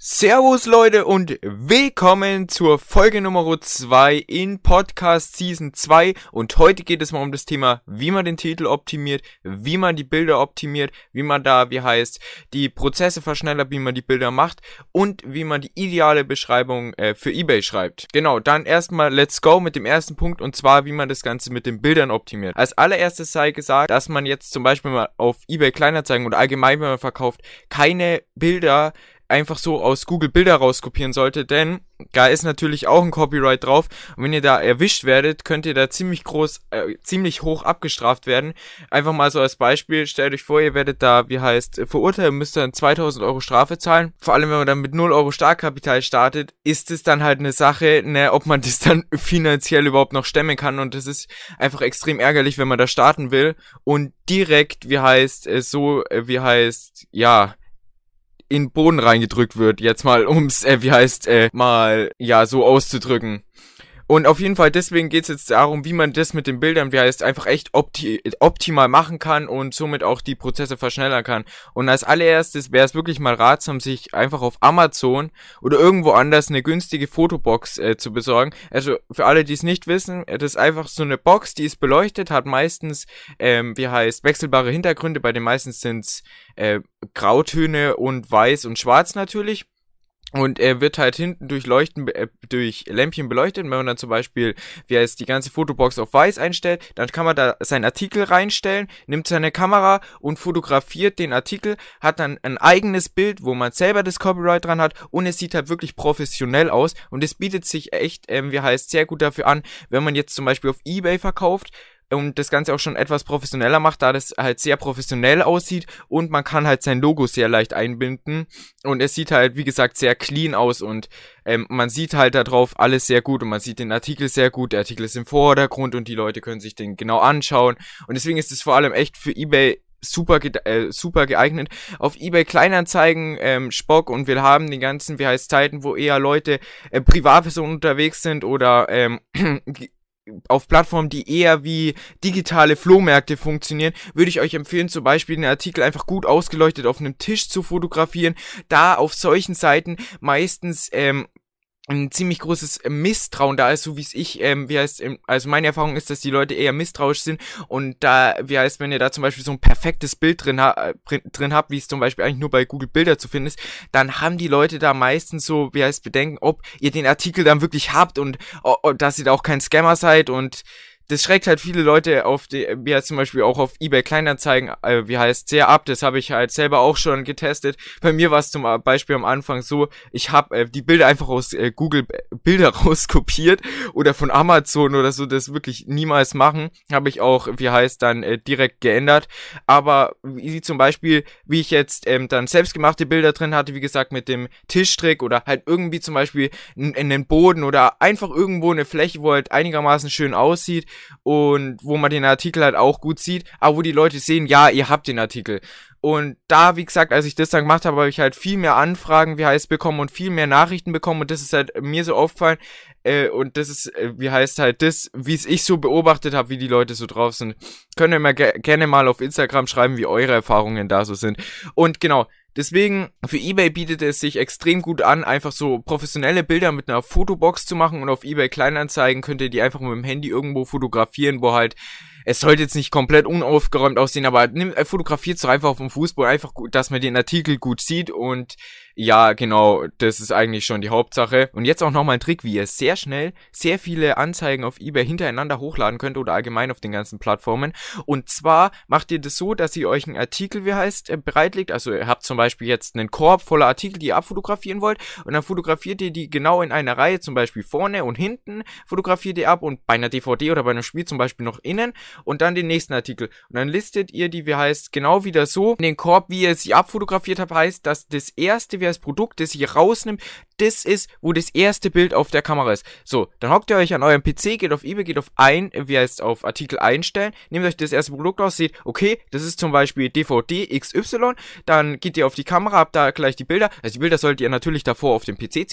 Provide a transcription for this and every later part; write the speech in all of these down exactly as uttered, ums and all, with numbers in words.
Servus Leute und willkommen zur Folge Nummer zwei in Podcast Season zwei und heute geht es mal um das Thema, wie man den Titel optimiert, wie man die Bilder optimiert, wie man da, wie heißt, die Prozesse verschnellert, wie man die Bilder macht und wie man die ideale Beschreibung äh, für eBay schreibt. Genau, dann erstmal let's go mit dem ersten Punkt und zwar, wie man das Ganze mit den Bildern optimiert. Als allererstes sei gesagt, dass man jetzt zum Beispiel mal auf eBay Kleinanzeigen oder allgemein, wenn man verkauft, keine Bilder einfach so aus Google Bilder rauskopieren sollte, denn da ist natürlich auch ein Copyright drauf und wenn ihr da erwischt werdet, könnt ihr da ziemlich groß, äh, ziemlich hoch abgestraft werden. Einfach mal so als Beispiel, stellt euch vor, ihr werdet da, wie heißt, verurteilt, müsst dann zweitausend Euro Strafe zahlen. Vor allem, wenn man dann mit null Euro Startkapital startet, ist es dann halt eine Sache, ne, ob man das dann finanziell überhaupt noch stemmen kann und das ist einfach extrem ärgerlich, wenn man da starten will und direkt, wie heißt, äh, so, äh, wie heißt, ja, in den Boden reingedrückt wird, jetzt mal ums, äh, wie heißt, äh, mal, ja, so auszudrücken. Und auf jeden Fall, deswegen geht's jetzt darum, wie man das mit den Bildern, wie heißt, einfach echt opti- optimal machen kann und somit auch die Prozesse verschnellern kann. Und als allererstes wäre es wirklich mal ratsam, sich einfach auf Amazon oder irgendwo anders eine günstige Fotobox äh, zu besorgen. Also für alle, die es nicht wissen, das ist einfach so eine Box, die ist beleuchtet, hat meistens, ähm, wie heißt, wechselbare Hintergründe. Bei den meisten sind's äh, Grautöne und Weiß und Schwarz natürlich. Und er wird halt hinten durch Leuchten, äh, durch Lämpchen beleuchtet. Und wenn man dann zum Beispiel, wie heißt, die ganze Fotobox auf weiß einstellt, dann kann man da seinen Artikel reinstellen, nimmt seine Kamera und fotografiert den Artikel, hat dann ein eigenes Bild, wo man selber das Copyright dran hat und es sieht halt wirklich professionell aus. Und es bietet sich echt, ähm, wie heißt, sehr gut dafür an, wenn man jetzt zum Beispiel auf eBay verkauft, und das Ganze auch schon etwas professioneller macht, da das halt sehr professionell aussieht und man kann halt sein Logo sehr leicht einbinden und es sieht halt, wie gesagt, sehr clean aus und ähm, man sieht halt da drauf alles sehr gut und man sieht den Artikel sehr gut, der Artikel ist im Vordergrund und die Leute können sich den genau anschauen und deswegen ist es vor allem echt für eBay super ge- äh, super geeignet. Auf eBay Kleinanzeigen, ähm, Spock und wir haben die ganzen, wie heißt, Zeiten, wo eher Leute, äh, Privatpersonen unterwegs sind oder ähm, auf Plattformen, die eher wie digitale Flohmärkte funktionieren, würde ich euch empfehlen, zum Beispiel den Artikel einfach gut ausgeleuchtet auf einem Tisch zu fotografieren, da auf solchen Seiten meistens ähm, ein ziemlich großes Misstrauen da ist, so wie es ich, ähm, wie heißt, ähm, also meine Erfahrung ist, dass die Leute eher misstrauisch sind und da, wie heißt, wenn ihr da zum Beispiel so ein perfektes Bild drin, ha- drin habt, wie es zum Beispiel eigentlich nur bei Google Bilder zu finden ist, dann haben die Leute da meistens so, wie heißt, Bedenken, ob ihr den Artikel dann wirklich habt und oh, oh, dass ihr da auch kein Scammer seid und das schreckt halt viele Leute auf die, wie heißt zum Beispiel auch auf eBay Kleinanzeigen, äh, wie heißt, sehr ab. Das habe ich halt selber auch schon getestet. Bei mir war es zum Beispiel am Anfang so, ich habe äh, die Bilder einfach aus äh, Google Bilder rauskopiert oder von Amazon oder so, das wirklich niemals machen. Habe ich auch, wie heißt, dann äh, direkt geändert. Aber wie zum Beispiel, wie ich jetzt ähm, dann selbstgemachte Bilder drin hatte, wie gesagt, mit dem Tischtrick oder halt irgendwie zum Beispiel in, in den Boden oder einfach irgendwo eine Fläche, wo halt einigermaßen schön aussieht. Und wo man den Artikel halt auch gut sieht, aber wo die Leute sehen, ja, ihr habt den Artikel. Und da, wie gesagt, als ich das dann gemacht habe, habe ich halt viel mehr Anfragen, wie heißt, bekommen und viel mehr Nachrichten bekommen und das ist halt mir so aufgefallen, äh, und das ist, äh, wie heißt halt das, wie es ich so beobachtet habe, wie die Leute so drauf sind. Könnt ihr mir ge- gerne mal auf Instagram schreiben, wie eure Erfahrungen da so sind. Und genau, deswegen, für eBay bietet es sich extrem gut an, einfach so professionelle Bilder mit einer Fotobox zu machen und auf eBay Kleinanzeigen könnt ihr die einfach mit dem Handy irgendwo fotografieren, wo halt, es sollte jetzt nicht komplett unaufgeräumt aussehen, aber nimmt, äh, fotografiert es doch einfach auf dem Fußboden, einfach gut, dass man den Artikel gut sieht und ja, genau, das ist eigentlich schon die Hauptsache. Und jetzt auch nochmal ein Trick, wie ihr sehr schnell sehr viele Anzeigen auf eBay hintereinander hochladen könnt oder allgemein auf den ganzen Plattformen. Und zwar macht ihr das so, dass ihr euch einen Artikel, wie heißt, äh, bereitlegt. Also ihr habt zum Beispiel jetzt einen Korb voller Artikel, die ihr abfotografieren wollt. Und dann fotografiert ihr die genau in einer Reihe, zum Beispiel vorne und hinten fotografiert ihr ab und bei einer D V D oder bei einem Spiel zum Beispiel noch innen und dann den nächsten Artikel. Und dann listet ihr die, wie heißt, genau wieder so in den Korb, wie ihr sie abfotografiert habt, heißt, dass das erste, wie das Produkt, das ihr rausnimmt, das ist, wo das erste Bild auf der Kamera ist. So, dann hockt ihr euch an eurem P C, geht auf eBay, geht auf ein, wie heißt, auf Artikel einstellen, nehmt euch das erste Produkt aus, seht, okay, das ist zum Beispiel D V D X Y, dann geht ihr auf die Kamera, habt da gleich die Bilder, also die Bilder solltet ihr natürlich davor auf dem P C ziehen,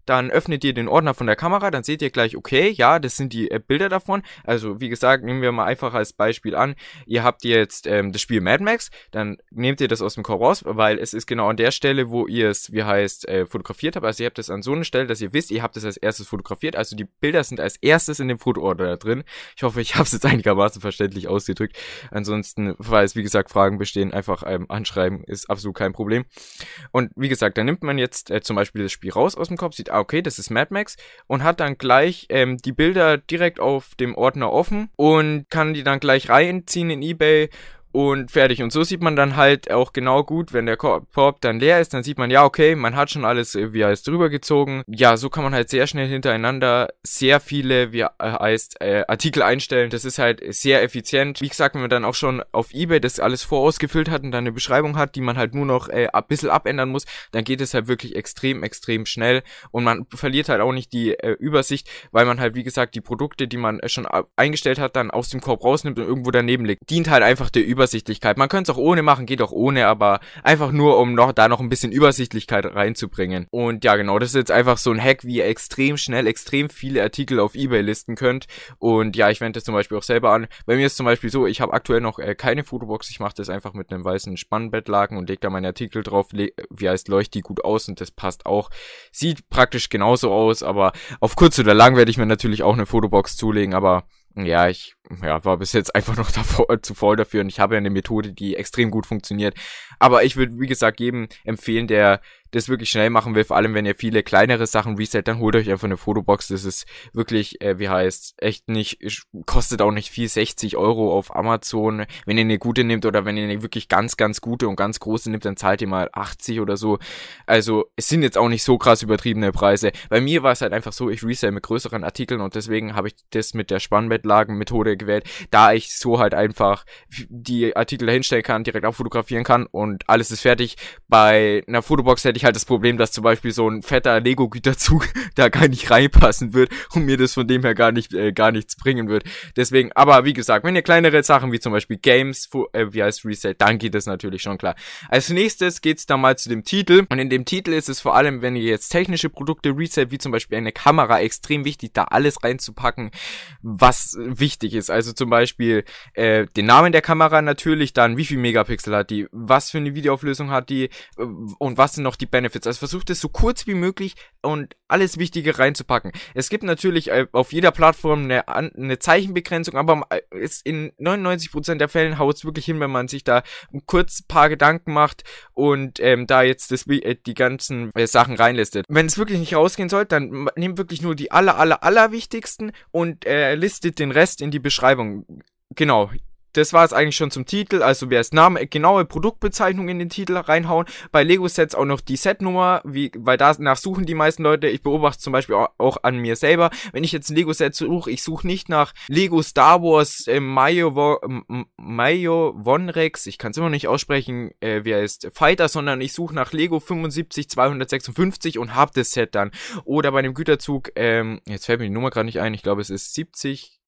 dann öffnet ihr den Ordner von der Kamera, dann seht ihr gleich, okay, ja, das sind die äh, Bilder davon. Also wie gesagt, nehmen wir mal einfach als Beispiel an, ihr habt jetzt ähm, das Spiel Mad Max, dann nehmt ihr das aus dem Korb raus, weil es ist genau an der Stelle, wo ihr es, wie heißt, äh, fotografiert habt. Also ihr habt es an so einer Stelle, dass ihr wisst, ihr habt es als erstes fotografiert. Also die Bilder sind als erstes in dem Fotoordner drin. Ich hoffe, ich habe es jetzt einigermaßen verständlich ausgedrückt. Ansonsten, falls, wie gesagt, Fragen bestehen, einfach ähm, anschreiben, ist absolut kein Problem. Und wie gesagt, dann nimmt man jetzt äh, zum Beispiel das Spiel raus aus dem Kopf, sieht, ah, okay, das ist Mad Max und hat dann gleich ähm, die Bilder direkt auf dem Ordner offen und kann die dann gleich reinziehen in eBay und fertig. Und so sieht man dann halt auch genau gut, wenn der Korb dann leer ist, dann sieht man, ja, okay, man hat schon alles, wie heißt, drüber gezogen. Ja, so kann man halt sehr schnell hintereinander sehr viele, wie heißt, äh, Artikel einstellen. Das ist halt sehr effizient. Wie gesagt, wenn man dann auch schon auf eBay das alles vorausgefüllt hat und dann eine Beschreibung hat, die man halt nur noch äh, ein bisschen abändern muss, dann geht es halt wirklich extrem, extrem schnell und man verliert halt auch nicht die äh, Übersicht, weil man halt, wie gesagt, die Produkte, die man schon eingestellt hat, dann aus dem Korb rausnimmt und irgendwo daneben legt. Dient halt einfach der Übersicht. Übersichtlichkeit. Man könnte es auch ohne machen, geht auch ohne, aber einfach nur, um noch da noch ein bisschen Übersichtlichkeit reinzubringen. Und ja, genau, das ist jetzt einfach so ein Hack, wie ihr extrem schnell, extrem viele Artikel auf eBay listen könnt. Und ja, ich wende das zum Beispiel auch selber an. Bei mir ist zum Beispiel so, ich habe aktuell noch äh, keine Fotobox, ich mache das einfach mit einem weißen Spannbettlaken und lege da meine Artikel drauf, wie heißt, leuchtet die gut aus und das passt auch. Sieht praktisch genauso aus, aber auf kurz oder lang werde ich mir natürlich auch eine Fotobox zulegen, aber ja, ich ja, war bis jetzt einfach noch davor, zu faul dafür und ich habe ja eine Methode, die extrem gut funktioniert. Aber ich würde, wie gesagt, jedem empfehlen, der das wirklich schnell machen will, vor allem wenn ihr viele kleinere Sachen reset, dann holt euch einfach eine Fotobox. Das ist wirklich, äh, wie heißt, echt nicht, kostet auch nicht viel, sechzig Euro auf Amazon. Wenn ihr eine gute nehmt oder wenn ihr eine wirklich ganz, ganz gute und ganz große nehmt, dann zahlt ihr mal achtzig oder so. Also es sind jetzt auch nicht so krass übertriebene Preise. Bei mir war es halt einfach so, ich resell mit größeren Artikeln und deswegen habe ich das mit der Spannbettlagen-Methode gewählt, da ich so halt einfach die Artikel dahinstellen kann, direkt auch fotografieren kann und alles ist fertig. Bei einer Fotobox hätte ich halt das Problem, dass zum Beispiel so ein fetter Lego-Güterzug da gar nicht reinpassen wird und mir das von dem her gar nicht äh, gar nichts bringen wird. Deswegen, aber wie gesagt, wenn ihr kleinere Sachen wie zum Beispiel Games, äh, wie heißt Reset, dann geht das natürlich schon klar. Als nächstes geht's dann mal zu dem Titel und in dem Titel ist es vor allem, wenn ihr jetzt technische Produkte reset, wie zum Beispiel eine Kamera, extrem wichtig, da alles reinzupacken, was wichtig ist. Also zum Beispiel äh, den Namen der Kamera natürlich, dann wie viel Megapixel hat die, was für eine Videoauflösung hat die äh, und was sind noch die Benefits. Also versucht es so kurz wie möglich und alles Wichtige reinzupacken. Es gibt natürlich äh, auf jeder Plattform eine, eine Zeichenbegrenzung, aber ist in neunundneunzig Prozent der Fällen haut es wirklich hin, wenn man sich da kurz ein paar Gedanken macht und ähm, da jetzt das, äh, die ganzen äh, Sachen reinlistet. Wenn es wirklich nicht rausgehen soll, dann nehmt wirklich nur die aller, aller, aller wichtigsten und äh, listet den Rest in die Beschreibung. Genau. Das war es eigentlich schon zum Titel, also wer es Name, genaue Produktbezeichnung in den Titel reinhauen. Bei Lego-Sets auch noch die Setnummer, wie, weil danach suchen die meisten Leute. Ich beobachte zum Beispiel auch, auch an mir selber. Wenn ich jetzt ein Lego-Set suche, ich suche nicht nach Lego Star Wars äh, Mayo, Mayo Vonrex, ich kann es immer nicht aussprechen, äh, wer ist Fighter, sondern ich suche nach Lego fünfundsiebzig zweihundertsechsundfünfzig und habe das Set dann. Oder bei dem Güterzug, ähm, jetzt fällt mir die Nummer gerade nicht ein, ich glaube es ist siebzig,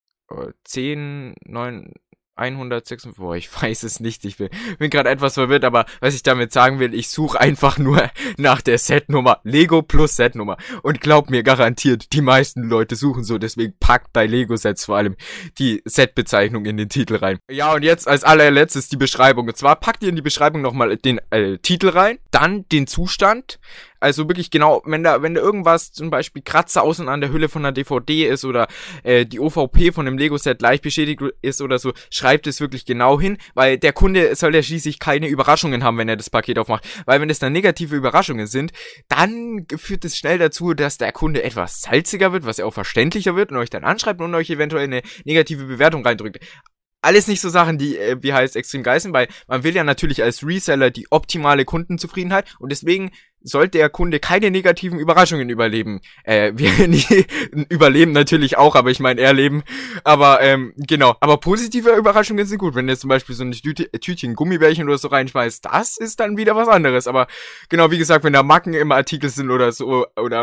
zehn, neun... hundertsechsundfünfzig, boah, ich weiß es nicht, ich bin, bin gerade etwas verwirrt, aber was ich damit sagen will, ich suche einfach nur nach der Setnummer, Lego plus Setnummer und glaubt mir garantiert, die meisten Leute suchen so, deswegen packt bei Lego-Sets vor allem die Setbezeichnung in den Titel rein. Ja, und jetzt als allerletztes die Beschreibung, und zwar packt ihr in die Beschreibung nochmal den äh, Titel rein, dann den Zustand, also wirklich genau, wenn da, wenn da irgendwas, zum Beispiel Kratzer außen an der Hülle von einer D V D ist oder äh, die O V P von einem Lego-Set leicht beschädigt ist oder so, schreibt es wirklich genau hin, weil der Kunde soll ja schließlich keine Überraschungen haben, wenn er das Paket aufmacht. Weil wenn es dann negative Überraschungen sind, dann führt es schnell dazu, dass der Kunde etwas salziger wird, was ja auch verständlicher wird und euch dann anschreibt und euch eventuell eine negative Bewertung reindrückt. Alles nicht so Sachen, die, äh, wie heißt, extrem geil sind, weil man will ja natürlich als Reseller die optimale Kundenzufriedenheit und deswegen sollte der Kunde keine negativen Überraschungen überleben. Äh, wir nie, überleben natürlich auch, aber ich meine erleben. Aber, ähm, genau. Aber positive Überraschungen sind gut. Wenn ihr zum Beispiel so ein Tüt- Tütchen Gummibärchen oder so reinschmeißt, das ist dann wieder was anderes. Aber genau, wie gesagt, wenn da Macken im Artikel sind oder so, oder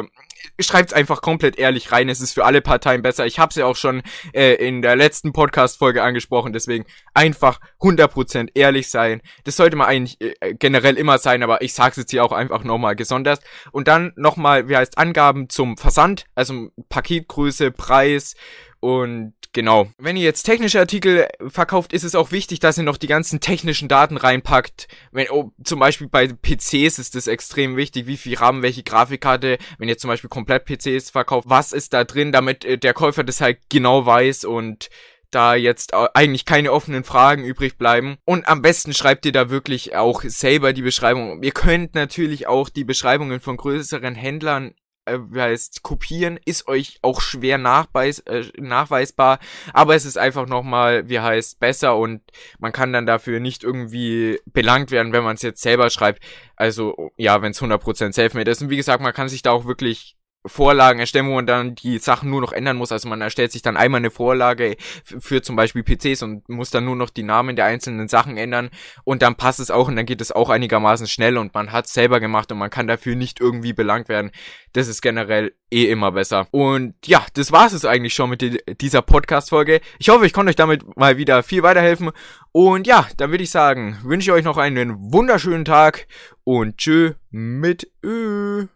schreibt's einfach komplett ehrlich rein, es ist für alle Parteien besser. Ich hab's ja auch schon äh, in der letzten Podcast-Folge angesprochen, deswegen einfach hundert Prozent ehrlich sein. Das sollte man eigentlich äh, generell immer sein, aber ich sag's jetzt hier auch einfach nochmal gesondert. Und dann nochmal, wie heißt, Angaben zum Versand, also Paketgröße, Preis und genau. Wenn ihr jetzt technische Artikel verkauft, ist es auch wichtig, dass ihr noch die ganzen technischen Daten reinpackt. Wenn, oh, zum Beispiel bei P Cs ist das extrem wichtig, wie viel RAM, welche Grafikkarte, wenn ihr zum Beispiel komplett P Cs verkauft, was ist da drin, damit äh, der Käufer das halt genau weiß und da jetzt eigentlich keine offenen Fragen übrig bleiben. Und am besten schreibt ihr da wirklich auch selber die Beschreibung. Ihr könnt natürlich auch die Beschreibungen von größeren Händlern äh, heißt kopieren, ist euch auch schwer nachweis, äh, nachweisbar, aber es ist einfach nochmal, wie heißt, besser und man kann dann dafür nicht irgendwie belangt werden, wenn man es jetzt selber schreibt. Also ja, wenn es hundert Prozent selfmade ist. Und wie gesagt, man kann sich da auch wirklich Vorlagen erstellen, wo man dann die Sachen nur noch ändern muss. Also man erstellt sich dann einmal eine Vorlage für, für zum Beispiel P Cs und muss dann nur noch die Namen der einzelnen Sachen ändern und dann passt es auch und dann geht es auch einigermaßen schnell und man hat es selber gemacht und man kann dafür nicht irgendwie belangt werden. Das ist generell eh immer besser. Und ja, das war's es eigentlich schon mit die, dieser Podcast-Folge. Ich hoffe, ich konnte euch damit mal wieder viel weiterhelfen. Und ja, dann würde ich sagen, wünsche ich euch noch einen wunderschönen Tag und tschö mit Ö.